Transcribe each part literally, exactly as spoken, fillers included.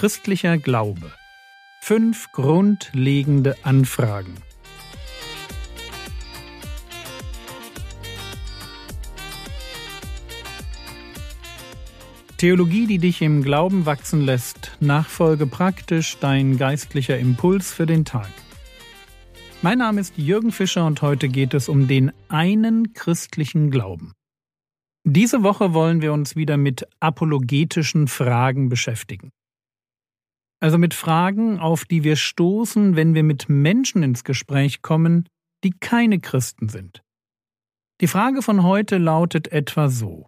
Christlicher Glaube. Fünf grundlegende Anfragen. Theologie, die dich im Glauben wachsen lässt. Nachfolge praktisch, dein geistlicher Impuls für den Tag. Mein Name ist Jürgen Fischer und heute geht es um den einen christlichen Glauben. Diese Woche wollen wir uns wieder mit apologetischen Fragen beschäftigen. Also mit Fragen, auf die wir stoßen, wenn wir mit Menschen ins Gespräch kommen, die keine Christen sind. Die Frage von heute lautet etwa so: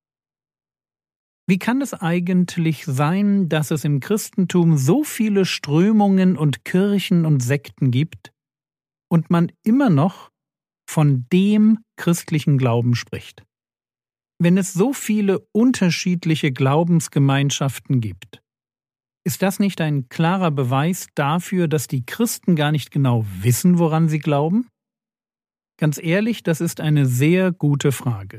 Wie kann es eigentlich sein, dass es im Christentum so viele Strömungen und Kirchen und Sekten gibt und man immer noch von dem christlichen Glauben spricht? Wenn es so viele unterschiedliche Glaubensgemeinschaften gibt, ist das nicht ein klarer Beweis dafür, dass die Christen gar nicht genau wissen, woran sie glauben? Ganz ehrlich, das ist eine sehr gute Frage.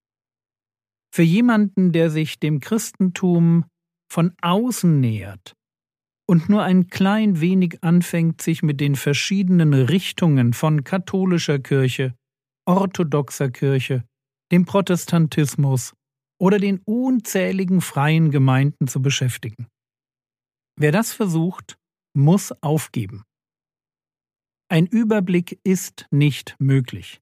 Für jemanden, der sich dem Christentum von außen nähert und nur ein klein wenig anfängt, sich mit den verschiedenen Richtungen von katholischer Kirche, orthodoxer Kirche, dem Protestantismus oder den unzähligen freien Gemeinden zu beschäftigen. Wer das versucht, muss aufgeben. Ein Überblick ist nicht möglich.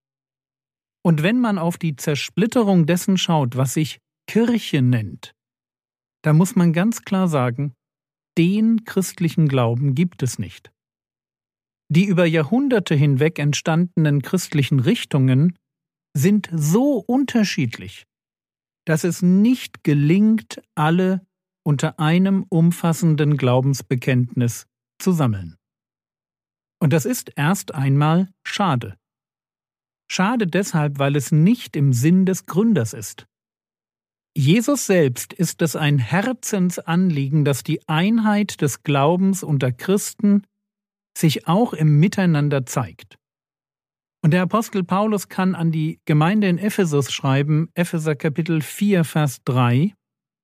Und wenn man auf die Zersplitterung dessen schaut, was sich Kirche nennt, da muss man ganz klar sagen, den christlichen Glauben gibt es nicht. Die über Jahrhunderte hinweg entstandenen christlichen Richtungen sind so unterschiedlich, dass es nicht gelingt, alle unter einem umfassenden Glaubensbekenntnis zu sammeln. Und das ist erst einmal schade. Schade deshalb, weil es nicht im Sinn des Gründers ist. Jesus selbst ist es ein Herzensanliegen, dass die Einheit des Glaubens unter Christen sich auch im Miteinander zeigt. Und der Apostel Paulus kann an die Gemeinde in Ephesus schreiben, Epheser Kapitel vier, Vers drei: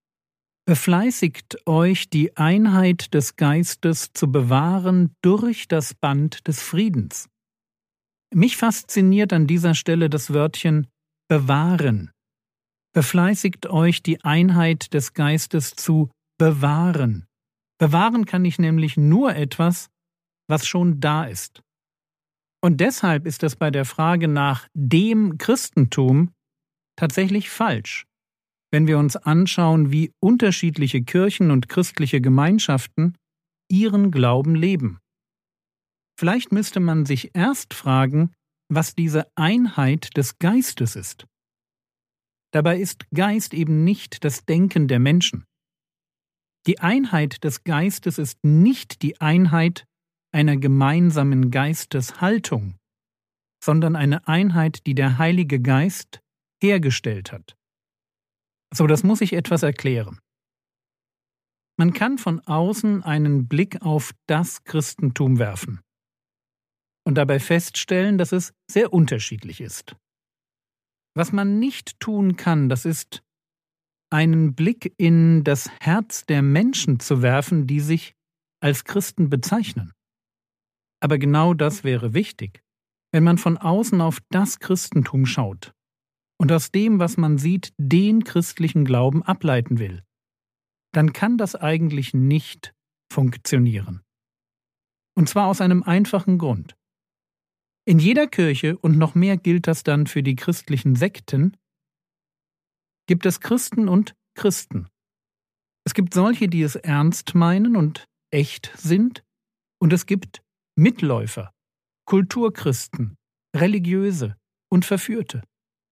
Befleißigt euch, die Einheit des Geistes zu bewahren durch das Band des Friedens. Mich fasziniert an dieser Stelle das Wörtchen bewahren. Befleißigt euch, die Einheit des Geistes zu bewahren. Bewahren kann ich nämlich nur etwas, was schon da ist. Und deshalb ist es bei der Frage nach dem Christentum tatsächlich falsch, wenn wir uns anschauen, wie unterschiedliche Kirchen und christliche Gemeinschaften ihren Glauben leben. Vielleicht müsste man sich erst fragen, was diese Einheit des Geistes ist. Dabei ist Geist eben nicht das Denken der Menschen. Die Einheit des Geistes ist nicht die Einheit einer gemeinsamen Geisteshaltung, sondern eine Einheit, die der Heilige Geist hergestellt hat. So, das muss ich etwas erklären. Man kann von außen einen Blick auf das Christentum werfen und dabei feststellen, dass es sehr unterschiedlich ist. Was man nicht tun kann, das ist, einen Blick in das Herz der Menschen zu werfen, die sich als Christen bezeichnen. Aber genau das wäre wichtig, wenn man von außen auf das Christentum schaut und aus dem, was man sieht, den christlichen Glauben ableiten will, dann kann das eigentlich nicht funktionieren. Und zwar aus einem einfachen Grund. In jeder Kirche, und noch mehr gilt das dann für die christlichen Sekten, gibt es Christen und Christen. Es gibt solche, die es ernst meinen und echt sind, und es gibt Mitläufer, Kulturchristen, Religiöse und Verführte.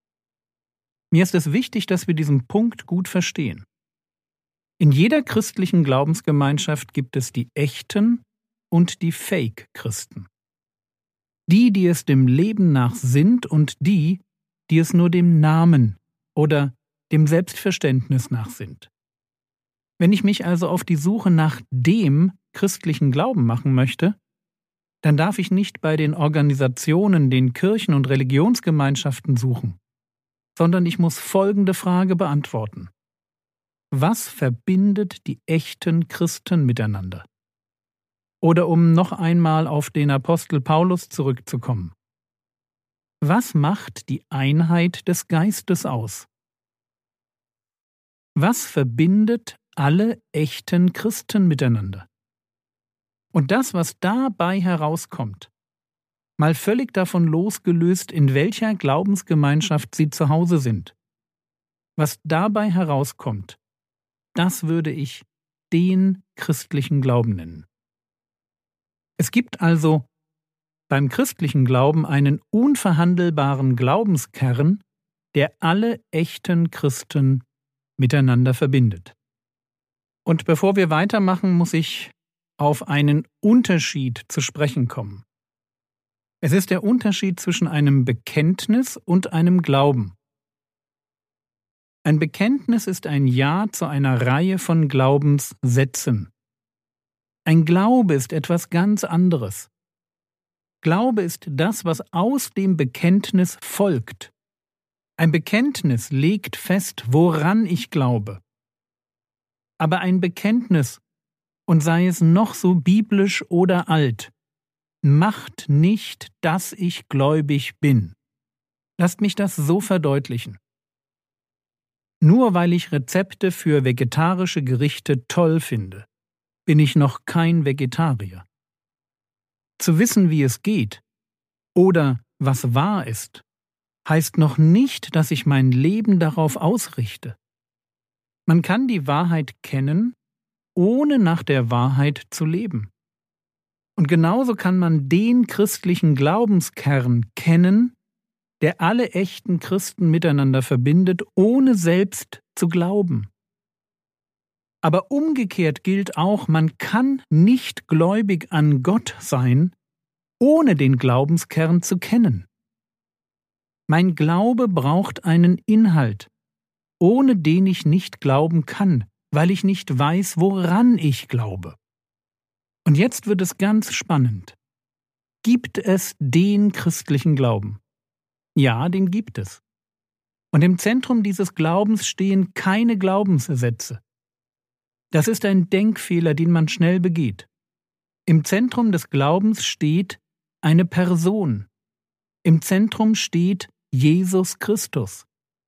Mir ist es wichtig, dass wir diesen Punkt gut verstehen. In jeder christlichen Glaubensgemeinschaft gibt es die echten und die Fake-Christen. Die, die es dem Leben nach sind, und die, die es nur dem Namen oder dem Selbstverständnis nach sind. Wenn ich mich also auf die Suche nach dem christlichen Glauben machen möchte, dann darf ich nicht bei den Organisationen, den Kirchen und Religionsgemeinschaften suchen, sondern ich muss folgende Frage beantworten: Was verbindet die echten Christen miteinander? Oder um noch einmal auf den Apostel Paulus zurückzukommen. Was macht die Einheit des Geistes aus? Was verbindet alle echten Christen miteinander? Und das, was dabei herauskommt, mal völlig davon losgelöst, in welcher Glaubensgemeinschaft Sie zu Hause sind, was dabei herauskommt, das würde ich den christlichen Glauben nennen. Es gibt also beim christlichen Glauben einen unverhandelbaren Glaubenskern, der alle echten Christen miteinander verbindet. Und bevor wir weitermachen, muss ich auf einen Unterschied zu sprechen kommen. Es ist der Unterschied zwischen einem Bekenntnis und einem Glauben. Ein Bekenntnis ist ein Ja zu einer Reihe von Glaubenssätzen. Ein Glaube ist etwas ganz anderes. Glaube ist das, was aus dem Bekenntnis folgt. Ein Bekenntnis legt fest, woran ich glaube. Aber ein Bekenntnis, und sei es noch so biblisch oder alt, macht nicht, dass ich gläubig bin. Lasst mich das so verdeutlichen. Nur weil ich Rezepte für vegetarische Gerichte toll finde, bin ich noch kein Vegetarier. Zu wissen, wie es geht, oder was wahr ist, heißt noch nicht, dass ich mein Leben darauf ausrichte. Man kann die Wahrheit kennen, ohne nach der Wahrheit zu leben. Und genauso kann man den christlichen Glaubenskern kennen, der alle echten Christen miteinander verbindet, ohne selbst zu glauben. Aber umgekehrt gilt auch, man kann nicht gläubig an Gott sein, ohne den Glaubenskern zu kennen. Mein Glaube braucht einen Inhalt, ohne den ich nicht glauben kann, weil ich nicht weiß, woran ich glaube. Und jetzt wird es ganz spannend. Gibt es den christlichen Glauben? Ja, den gibt es. Und im Zentrum dieses Glaubens stehen keine Glaubenssätze. Das ist ein Denkfehler, den man schnell begeht. Im Zentrum des Glaubens steht eine Person. Im Zentrum steht Jesus Christus.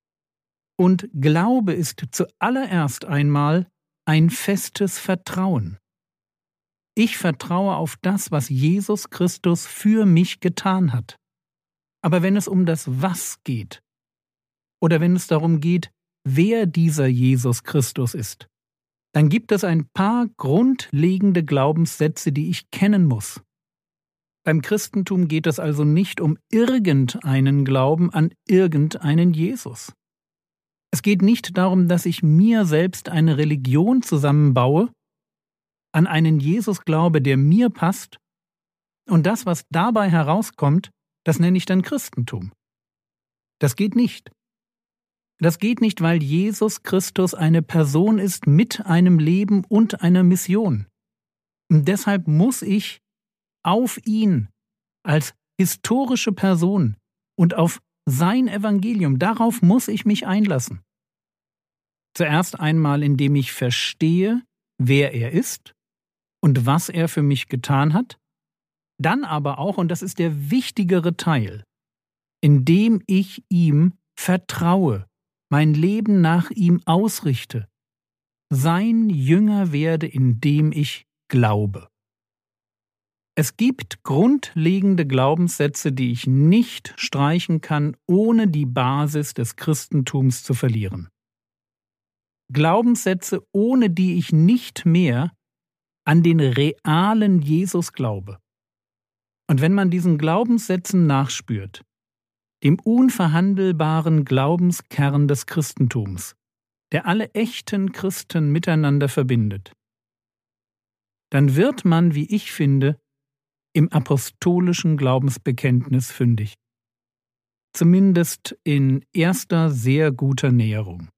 Und Glaube ist zuallererst einmal ein festes Vertrauen. Ich vertraue auf das, was Jesus Christus für mich getan hat. Aber wenn es um das Was geht, oder wenn es darum geht, wer dieser Jesus Christus ist, dann gibt es ein paar grundlegende Glaubenssätze, die ich kennen muss. Beim Christentum geht es also nicht um irgendeinen Glauben an irgendeinen Jesus. Es geht nicht darum, dass ich mir selbst eine Religion zusammenbaue, an einen Jesus glaube, der mir passt, und das, was dabei herauskommt, das nenne ich dann Christentum. Das geht nicht. Das geht nicht, weil Jesus Christus eine Person ist mit einem Leben und einer Mission. Und deshalb muss ich auf ihn als historische Person und auf sein Evangelium, darauf muss ich mich einlassen. Zuerst einmal, indem ich verstehe, wer er ist und was er für mich getan hat, dann aber auch, und das ist der wichtigere Teil, indem ich ihm vertraue, mein Leben nach ihm ausrichte, sein Jünger werde, indem ich glaube. Es gibt grundlegende Glaubenssätze, die ich nicht streichen kann, ohne die Basis des Christentums zu verlieren. Glaubenssätze, ohne die ich nicht mehr an den realen Jesus glaube. Und wenn man diesen Glaubenssätzen nachspürt, dem unverhandelbaren Glaubenskern des Christentums, der alle echten Christen miteinander verbindet, dann wird man, wie ich finde, im apostolischen Glaubensbekenntnis fündig. Zumindest in erster sehr guter Näherung.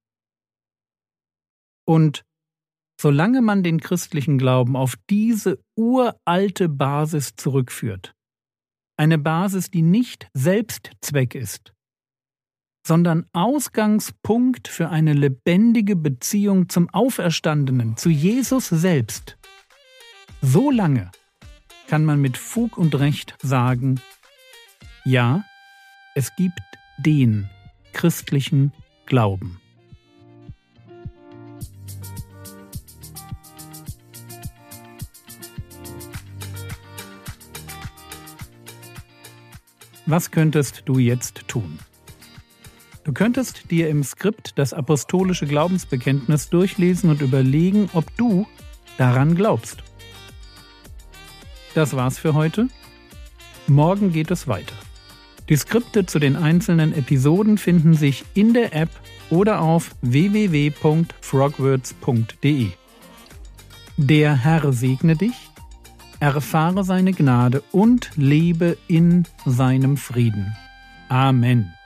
Und solange man den christlichen Glauben auf diese uralte Basis zurückführt, eine Basis, die nicht Selbstzweck ist, sondern Ausgangspunkt für eine lebendige Beziehung zum Auferstandenen, zu Jesus selbst. So lange kann man mit Fug und Recht sagen, ja, es gibt den christlichen Glauben. Was könntest du jetzt tun? Du könntest dir im Skript das apostolische Glaubensbekenntnis durchlesen und überlegen, ob du daran glaubst. Das war's für heute. Morgen geht es weiter. Die Skripte zu den einzelnen Episoden finden sich in der App oder auf w w w punkt frogwords punkt d e. Der Herr segne dich, erfahre seine Gnade und lebe in seinem Frieden. Amen.